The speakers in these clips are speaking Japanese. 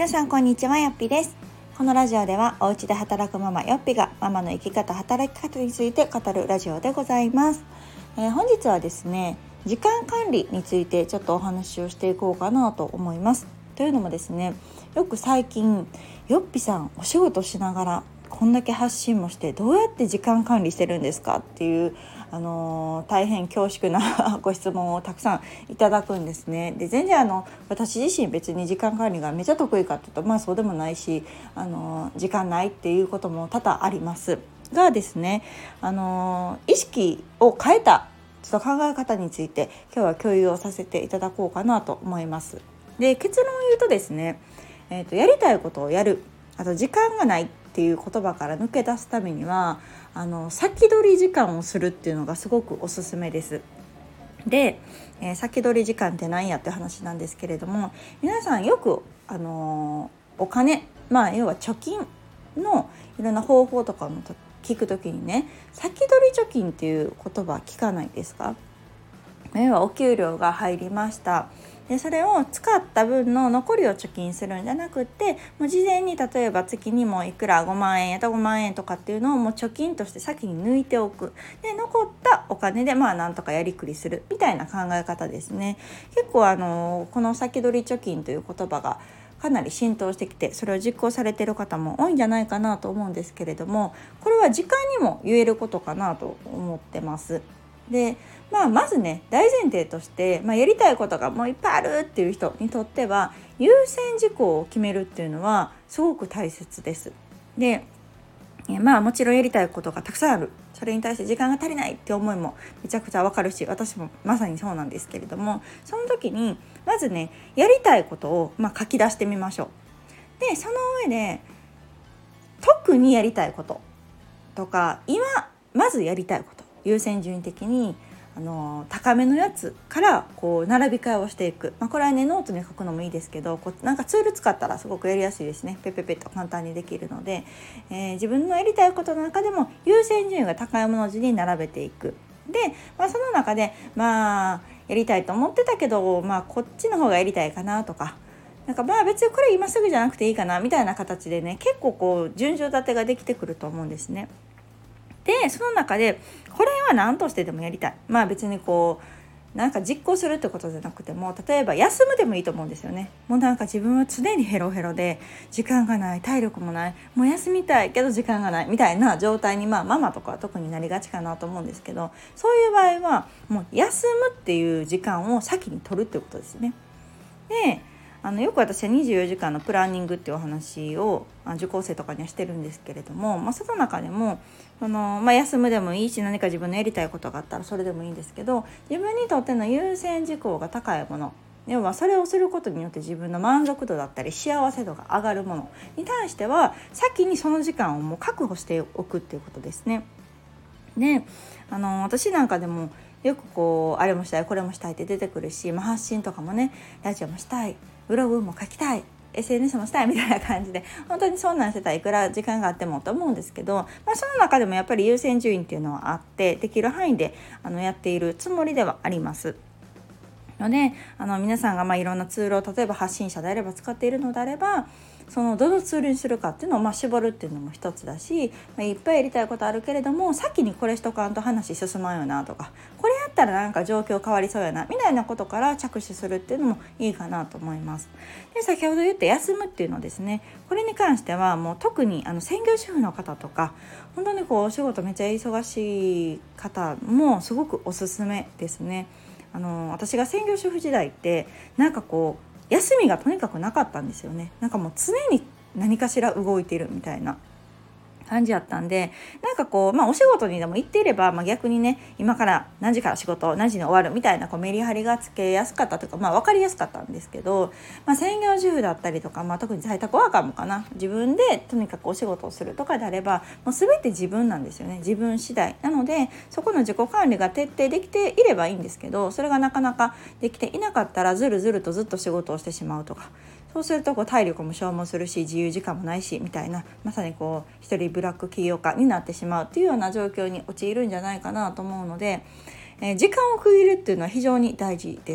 皆さんこんにちは、よっぴです。このラジオではお家で働くママよっぴがママの生き方働き方について語るラジオでございます。本日はですね、時間管理についてちょっとお話をしていこうかなと思います。というのもですね、よく最近よっぴさんお仕事しながらこんだけ発信もしてどうやって時間管理してるんですかっていう、大変恐縮なご質問をたくさんいただくんですね。で、全然私自身別に時間管理がめちゃ得意かっていうとそうでもないし、時間ないっていうことも多々ありますがですね、意識を変えたちょっと考え方について今日は共有をさせていただこうかなと思います。で、結論を言うとですね、やりたいことをやる、あと時間がないっていう言葉から抜け出すためには先取り時間をするっていうのがすごくおすすめです。で、先取り時間って何やって話なんですけれども、皆さんよくお金、要は貯金のいろんな方法とかも聞くときにね、先取り貯金っていう言葉聞かないですか？要はお給料が入りました。でそれを使った分の残りを貯金するんじゃなくって、もう事前に例えば月にもいくら5万円やった5万円とかっていうのをもう貯金として先に抜いておく。で残ったお金でなんとかやりくりするみたいな考え方ですね。結構この先取り貯金という言葉がかなり浸透してきて、それを実行されている方も多いんじゃないかなと思うんですけれども、これは時間にも言えることかなと思ってます。で、まずね、大前提として、やりたいことがもういっぱいあるっていう人にとっては優先事項を決めるっていうのはすごく大切です。で、もちろんやりたいことがたくさんある、それに対して時間が足りないって思いもめちゃくちゃわかるし、私もまさにそうなんですけれども、その時にまずね、やりたいことを書き出してみましょう。でその上で特にやりたいこととか、今まずやりたいこと、優先順位的に高めのやつから並び替えをしていく。これはね、ノートに書くのもいいですけど、なんかツール使ったらすごくやりやすいですね。ペッと簡単にできるので、自分のやりたいことの中でも優先順位が高いもの順に並べていく。で、その中でやりたいと思ってたけど、こっちの方がやりたいかなとか、別にこれ今すぐじゃなくていいかなみたいな形でね、結構順序立てができてくると思うんですね。でその中でこれは何としてでもやりたい、別に実行するってことじゃなくても、例えば休むでもいいと思うんですよね。もう自分は常にヘロヘロで時間がない、体力もない、もう休みたいけど時間がないみたいな状態にママとかは特になりがちかなと思うんですけど、そういう場合はもう休むっていう時間を先に取るってことですね。でよく私は24時間のプランニングっていうお話を受講生とかにはしてるんですけれども、その中でも休むでもいいし、何か自分のやりたいことがあったらそれでもいいんですけど、自分にとっての優先事項が高いもの、要はそれをすることによって自分の満足度だったり幸せ度が上がるものに対しては先にその時間をもう確保しておくっていうことですね。で私なんかでもよくあれもしたいこれもしたいって出てくるし、発信とかもね、ラジオもしたい、ブログも書きたい、 SNS もしたいみたいな感じで、本当にそんなんしてたらいくら時間があってもと思うんですけど、その中でもやっぱり優先順位っていうのはあって、できる範囲でやっているつもりではありますので、皆さんがいろんなツールを例えば発信者であれば使っているのであれば、そのどのツールにするかっていうのを絞るっていうのも一つだし、いっぱいやりたいことあるけれども先にこれしとかんと話進まんよなとか、これやったら状況変わりそうやなみたいなことから着手するっていうのもいいかなと思います。で、先ほど言った休むっていうのですね、これに関してはもう特に専業主婦の方とか、本当にお仕事めっちゃ忙しい方もすごくおすすめですね。私が専業主婦時代って休みがとにかくなかったんですよね。もう常に何かしら動いてるみたいな感じやったんで、お仕事にでも行っていれば、逆にね、今から何時から仕事何時に終わるみたいなメリハリがつけやすかったというか、分かりやすかったんですけど、専業主婦だったりとか、特に在宅ワーカーもかな、自分でとにかくお仕事をするとかであればもう全て自分なんですよね。自分次第なので、そこの自己管理が徹底できていればいいんですけど、それがなかなかできていなかったらずるずっと仕事をしてしまうとか、そうすると体力も消耗するし自由時間もないしみたいな、まさに一人ブラック企業家になってしまうっていうような状況に陥るんじゃないかなと思うので、時間を区切るっていうのは非常に大事です。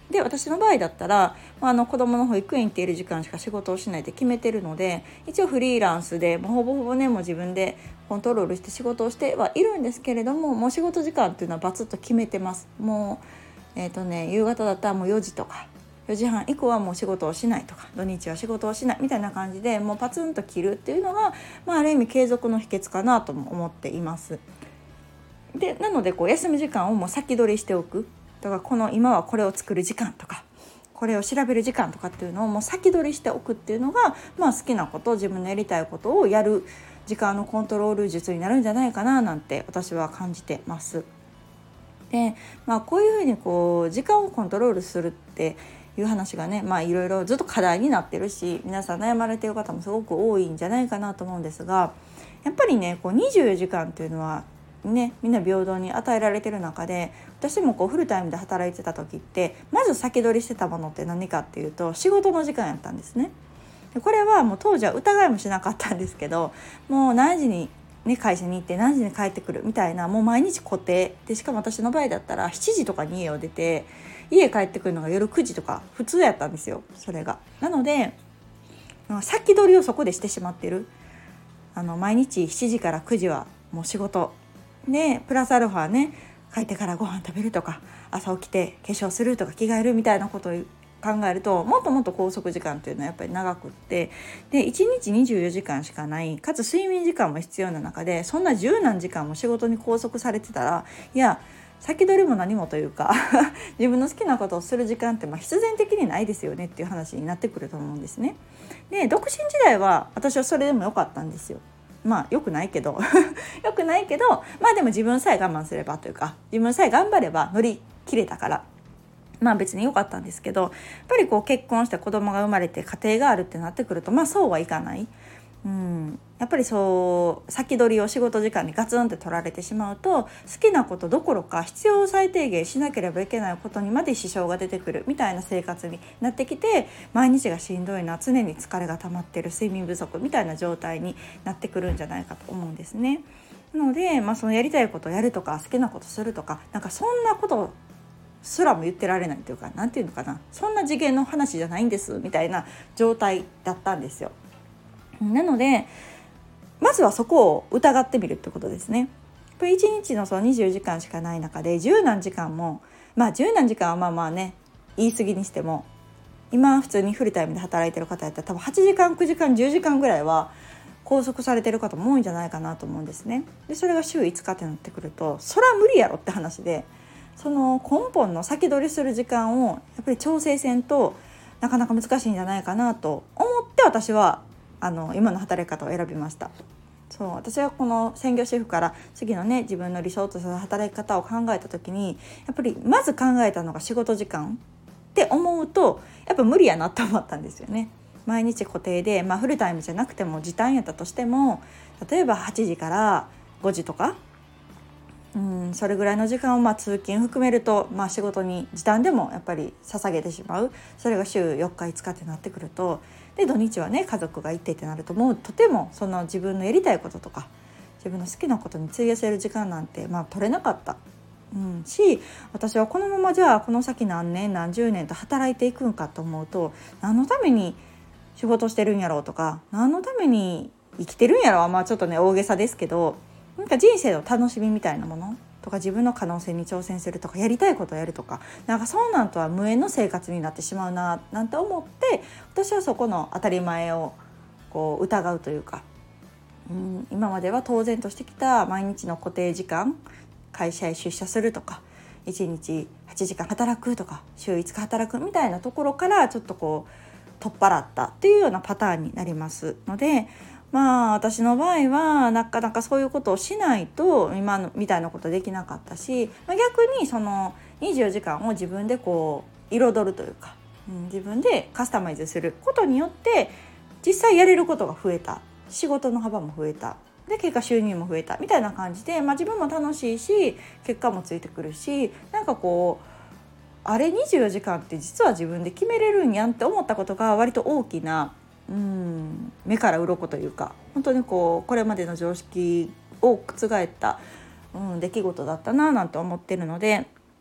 で私の場合だったら、子どもの保育園行っている時間しか仕事をしないって決めてるので、一応フリーランスでほぼほぼねもう自分でコントロールして仕事をしてはいるんですけれども、もう仕事時間っていうのはバツッと決めてます。もう夕方だったらもう4時とか4時半以降はもう仕事をしないとか、土日は仕事をしないみたいな感じでもうパツンと切るっていうのが、ある意味継続の秘訣かなとも思っています。でなので休み時間をもう先取りしておく。だから今はこれを作る時間とかこれを調べる時間とかっていうのをもう先取りしておくっていうのが、好きなこと自分のやりたいことをやる時間のコントロール術になるんじゃないかななんて私は感じてます。で、こういうふうに時間をコントロールするっていう話がね、いろいろずっと課題になってるし、皆さん悩まれている方もすごく多いんじゃないかなと思うんですが、やっぱりね24時間っていうのはね、みんな平等に与えられてる中で、私もフルタイムで働いてた時ってまず先取りしてたものって何かっていうと仕事の時間やったんですね。でこれはもう当時は疑いもしなかったんですけど、もう何時に、会社に行って何時に帰ってくるみたいなもう毎日固定で、しかも私の場合だったら7時とかに家を出て家帰ってくるのが夜9時とか普通やったんですよ。それがなので先取りをそこでしてしまってる。毎日7時から9時はもう仕事でプラスアルファね、帰ってからご飯食べるとか朝起きて化粧するとか着替えるみたいなことを考えると、もっともっと拘束時間っていうのはやっぱり長くって、で1日24時間しかない、かつ睡眠時間も必要な中で、そんな十何時間も仕事に拘束されてたら、いや先取りも何もというか自分の好きなことをする時間って必然的にないですよねっていう話になってくると思うんですね。で独身時代は私はそれでも良かったんですよ。良くないけど良くないけど、でも自分さえ我慢すればというか、自分さえ頑張れば乗り切れたから別に良かったんですけど、やっぱり結婚して子供が生まれて家庭があるってなってくるとそうはいかない。やっぱり先取りを仕事時間にガツンって取られてしまうと、好きなことどころか必要最低限しなければいけないことにまで支障が出てくるみたいな生活になってきて、毎日がしんどいな、常に疲れが溜まってる、睡眠不足みたいな状態になってくるんじゃないかと思うんですね。なので、そのやりたいことをやるとか好きなことするとか、そんなことすらも言ってられないというか、なんていうのかな、そんな次元の話じゃないんですみたいな状態だったんですよ。なのでまずはそこを疑ってみるってことですね。1日の24時間しかない中で十何時間も、十何時間は言い過ぎにしても、今普通にフルタイムで働いてる方やったら多分8時間9時間10時間ぐらいは拘束されてる方も多いんじゃないかなと思うんですね。でそれが週5日ってなってくると、それは無理やろって話で、その根本の先取りする時間をやっぱり調整せんとなかなか難しいんじゃないかなと思って、私は今の働き方を選びました。私はこの専業主婦から次のね自分の理想とする働き方を考えた時に、やっぱりまず考えたのが仕事時間って思うと、やっぱ無理やなと思ったんですよね。毎日固定で、フルタイムじゃなくても時短やったとしても、例えば8時から5時とか、それぐらいの時間を通勤含めると、仕事に時短でもやっぱり捧げてしまう。それが週4日5日ってなってくると、で土日はね家族がいてってなると、もうとてもその自分のやりたいこととか自分の好きなことに費やせる時間なんて取れなかった、し、私はこのままじゃあこの先何年何十年と働いていくんかと思うと、何のために仕事してるんやろうとか、何のために生きてるんやろう、ちょっとね大げさですけど、人生の楽しみみたいなものとか、自分の可能性に挑戦するとか、やりたいことをやるとか、そうなんとは無縁の生活になってしまうななんて思って、私はそこの当たり前を疑うというか、今までは当然としてきた毎日の固定時間、会社へ出社するとか1日8時間働くとか週5日働くみたいなところからちょっと取っ払ったっていうようなパターンになりますので、私の場合はなかなかそういうことをしないと今みたいなことできなかったし、逆にその24時間を自分で彩るというか、自分でカスタマイズすることによって実際やれることが増えた、仕事の幅も増えた、で結果収入も増えたみたいな感じで、自分も楽しいし結果もついてくるし、あれ24時間って実は自分で決めれるんやんって思ったことが割と大きな目から鱗というか、本当にこれまでの常識を覆った、出来事だったななんて思ってるので、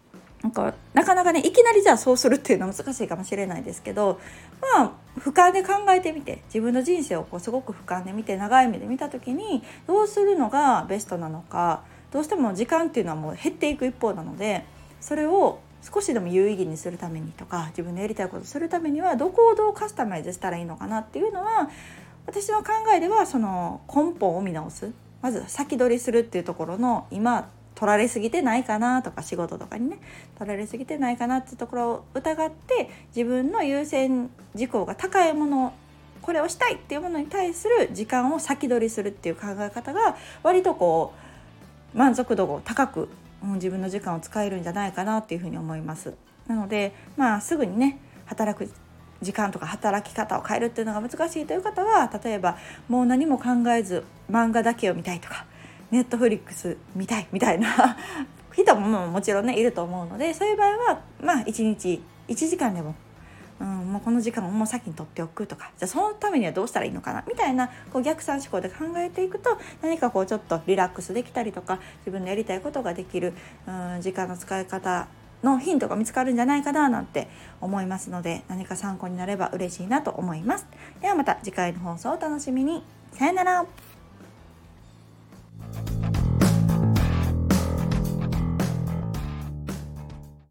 なかなかねいきなりじゃあそうするっていうのは難しいかもしれないですけど、俯瞰で考えてみて、自分の人生をすごく俯瞰で見て、長い目で見た時にどうするのがベストなのか。どうしても時間っていうのはもう減っていく一方なので、それを少しでも有意義にするためにとか、自分のやりたいことをするためにはどこをどうカスタマイズしたらいいのかなっていうのは、私の考えではその根本を見直す、まず先取りするっていうところの、今取られすぎてないかなとか、仕事とかにね取られすぎてないかなっていうところを疑って、自分の優先事項が高いもの、これをしたいっていうものに対する時間を先取りするっていう考え方が割と満足度が高く、自分の時間を使えるんじゃないかなっていうふうに思います。なので、すぐにね働く時間とか働き方を変えるっていうのが難しいという方は、例えばもう何も考えず漫画だけを見たいとか、ネットフリックス見たいみたいな人ももちろんねいると思うので、そういう場合は1日1時間でも、もうこの時間をもう先に取っておくとか、じゃあそのためにはどうしたらいいのかなみたいな逆算思考で考えていくと、何かちょっとリラックスできたりとか、自分のやりたいことができる、時間の使い方のヒントが見つかるんじゃないかななんて思いますので、何か参考になれば嬉しいなと思います。ではまた次回の放送をお楽しみに。さよなら。